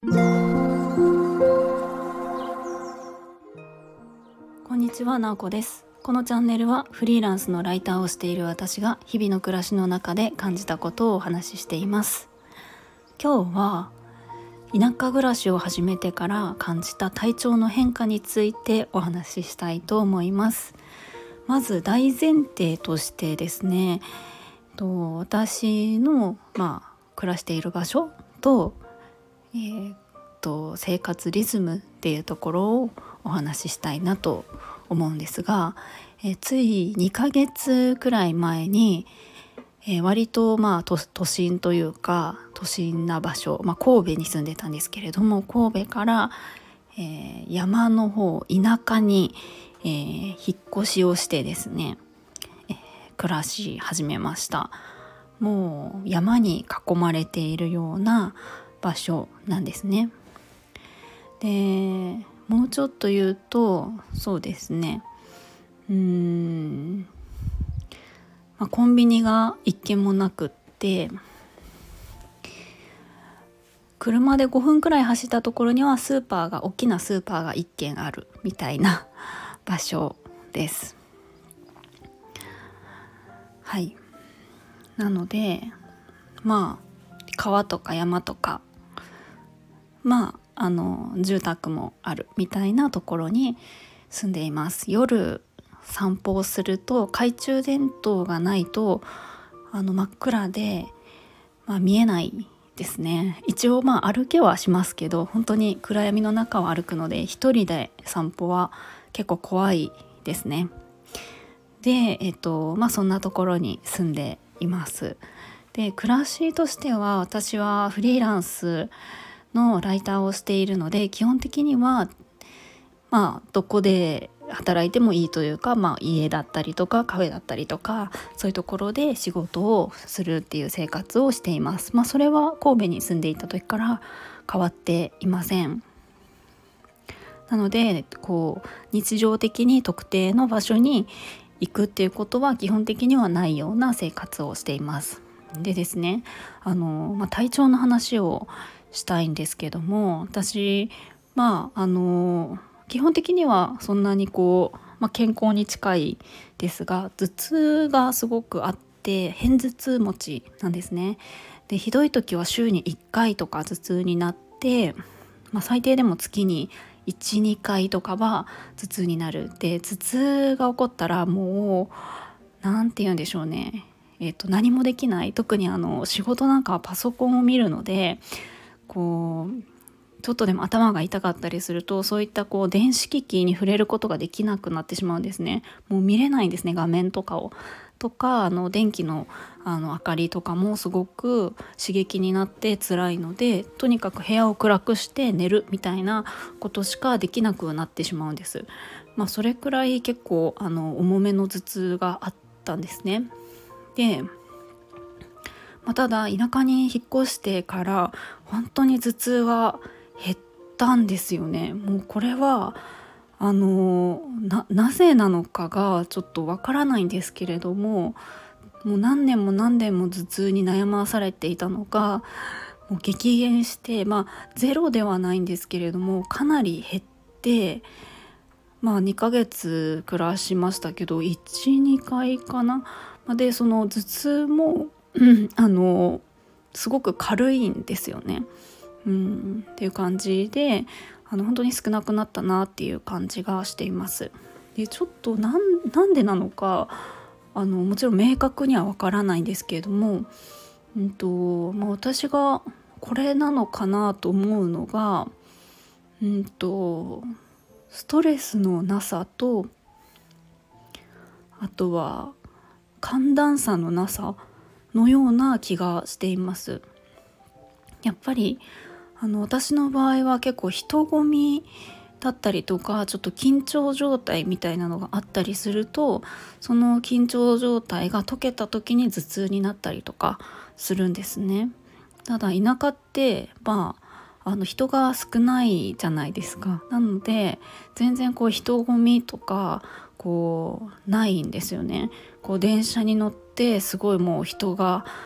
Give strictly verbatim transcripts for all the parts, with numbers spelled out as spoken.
こんにちは、なおこです。このチャンネルはフリーランスのライターをしている私が日々の暮らしの中で感じたことをお話ししています。今日は田舎暮らしを始めてから感じた体調の変化についてお話ししたいと思います。まず大前提としてですね、と私の、まあ、暮らしている場所と、えー、と生活リズムっていうところをお話ししたいなと思うんですが、えー、ついにかげつくらい前に、えー、割とまあ 都, 都心というか都心な場所、まあ、神戸に住んでたんですけれども、神戸から、えー、山の方田舎に、えー、引っ越しをしてですね、えー、暮らし始めました。もう山に囲まれているような場所なんですね。でもうちょっと言うとそうですねうーん、まあ、コンビニが一軒もなくって車でごふんくらい走ったところにはスーパーが大きなスーパーが一軒あるみたいな場所です。はい。なのでまあ川とか山とかまああの住宅もあるみたいなところに住んでいます。夜散歩をすると懐中電灯がないとあの真っ暗で、まあ、見えないですね。一応まあ歩けはしますけど本当に暗闇の中を歩くので一人で散歩は結構怖いですね。で、えっとまあ、そんなところに住んでいます。で暮らしとしては私はフリーランスのライターをしているので基本的にはまあどこで働いてもいいというか、まあ、家だったりとかカフェだったりとかそういうところで仕事をするっていう生活をしています。まあそれは神戸に住んでいた時から変わっていません。なのでこう日常的に特定の場所に行くっていうことは基本的にはないような生活をしています。でですねあの、まあ、体調の話をしたいんですけども、私まああの基本的にはそんなにこう、まあ、健康に近いですが頭痛がすごくあって片頭痛持ちなんですね。でひどい時は週にいっかいとか頭痛になって、まあ、最低でも月にいち、にかいとかは頭痛になる。で頭痛が起こったらもうなんて言うんでしょうね、えーと、何もできない。特にあの仕事なんかはパソコンを見るのでこうちょっとでも頭が痛かったりするとそういったこう電子機器に触れることができなくなってしまうんですね。もう見れないんですね、画面とかを。とかあの電気の、あの明かりとかもすごく刺激になって辛いので、とにかく部屋を暗くして寝るみたいなことしかできなくなってしまうんです。まあ、それくらい結構あの重めの頭痛があったんですね。でまあ、ただ田舎に引っ越してから本当に頭痛は減ったんですよね。もうこれはあの な, なぜなのかがちょっとわからないんですけれども、もう何年も何年も頭痛に悩まされていたのがもう激減して、まあゼロではないんですけれどもかなり減って、まあにかげつ暮らしましたけどいち、にかいかな。でその頭痛も、うん、あのすごく軽いんですよね。うん、っていう感じであの本当に少なくなったなっていう感じがしています。でちょっとなん、なんでなのかあのもちろん明確にはわからないんですけれども、うんとまあ、私がこれなのかなと思うのが、うんとストレスのなさとあとは寒暖差のなさのような気がしています。やっぱりあの私の場合は結構人混みだったりとかちょっと緊張状態みたいなのがあったりするとその緊張状態が解けた時に頭痛になったりとかするんですね。ただ田舎ってまああの人が少ないじゃないですか。なので全然こう人混みとかこうないんですよね。こう電車に乗ってすごいもう人が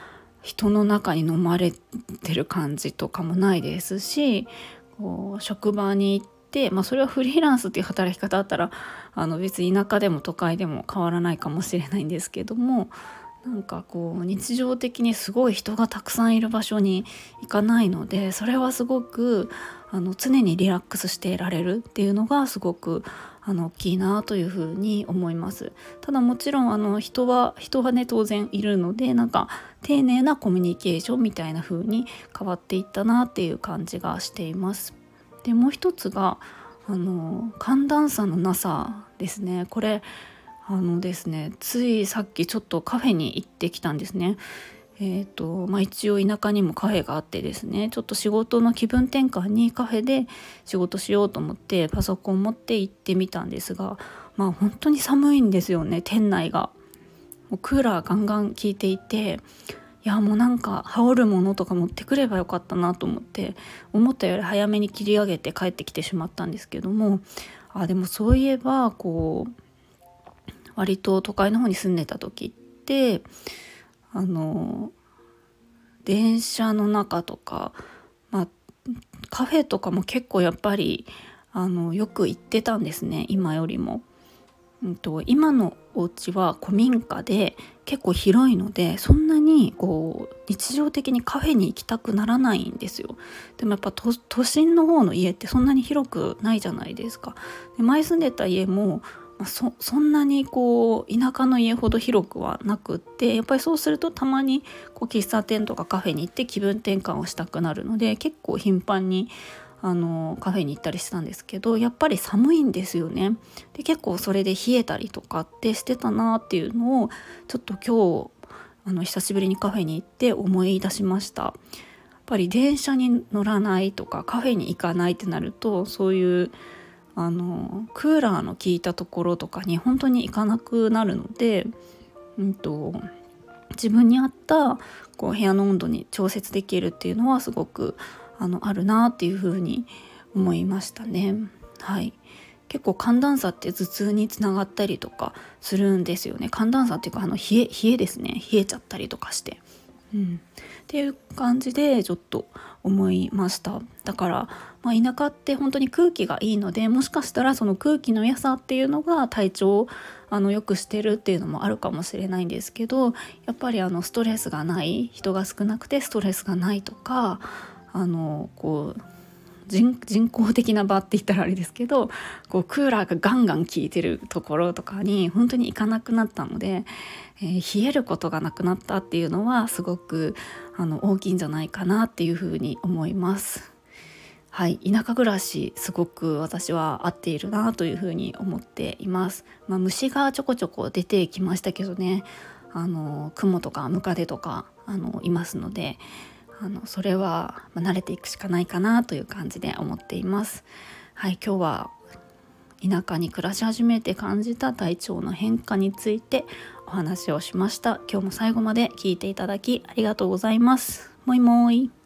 人の中に飲まれてる感じとかもないですし、こう職場に行って、まあ、それはフリーランスっていう働き方だったらあの別に田舎でも都会でも変わらないかもしれないんですけども、なんかこう日常的にすごい人がたくさんいる場所に行かないので、それはすごくあの常にリラックスしていられるっていうのがすごくあの大きいなというふうに思います。ただもちろんあの人は人はね当然いるので、なんか丁寧なコミュニケーションみたいな風に変わっていったなっていう感じがしています。でもう一つがあの寒暖差のなさですね。これあのですねついさっきちょっとカフェに行ってきたんですね。えーとまあ、一応田舎にもカフェがあってですね、ちょっと仕事の気分転換にカフェで仕事しようと思ってパソコン持って行ってみたんですが、まあ本当に寒いんですよね。店内がもうクーラーガンガン効いていて、いやもうなんか羽織るものとか持ってくればよかったなと思って、思ったより早めに切り上げて帰ってきてしまったんですけども、あでもそういえばこう割と都会の方に住んでた時ってあの電車の中とか、まあ、カフェとかも結構やっぱりあのよく行ってたんですね、今よりも。うんと、今のお家は古民家で結構広いので、そんなにこう日常的にカフェに行きたくならないんですよ。でもやっぱ 都, 都心の方の家ってそんなに広くないじゃないですか。で前住んでた家もまあ、そ, そんなにこう田舎の家ほど広くはなくって、やっぱりそうするとたまにこう喫茶店とかカフェに行って気分転換をしたくなるので、結構頻繁にあのカフェに行ったりしてたんですけど、やっぱり寒いんですよね。で結構それで冷えたりとかってしてたなっていうのをちょっと今日あの久しぶりにカフェに行って思い出しました。やっぱり電車に乗らないとかカフェに行かないってなると、そういうあのクーラーの効いたところとかに本当に行かなくなるので、うんと、自分に合ったこう部屋の温度に調節できるっていうのはすごくあのあるなっていうふうに思いましたね。はい、結構寒暖差って頭痛につながったりとかするんですよね。寒暖差っていうかあの冷え冷えですね。冷えちゃったりとかして、うん、っていう感じでちょっと思いました。だから、まあ、田舎って本当に空気がいいので、もしかしたらその空気の良さっていうのが体調をあの良くしてるっていうのもあるかもしれないんですけど、やっぱりあのストレスがない、人が少なくてストレスがないとか、あのこう 人, 人工的な場って言ったらあれですけど、こうクーラーがガンガン効いてるところとかに本当に行かなくなったので、えー、冷えることがなくなったっていうのはすごくあの大きいんじゃないかなっていうふうに思います。はい、田舎暮らしすごく私は合っているなというふうに思っています。まあ、虫がちょこちょこ出てきましたけどね、あの雲とかムカデとかあのいますので、あのそれは慣れていくしかないかなという感じで思っています。はい、今日は田舎に暮らし始めて感じた体調の変化についてお話をしました。今日も最後まで聞いていただきありがとうございます。もいもい。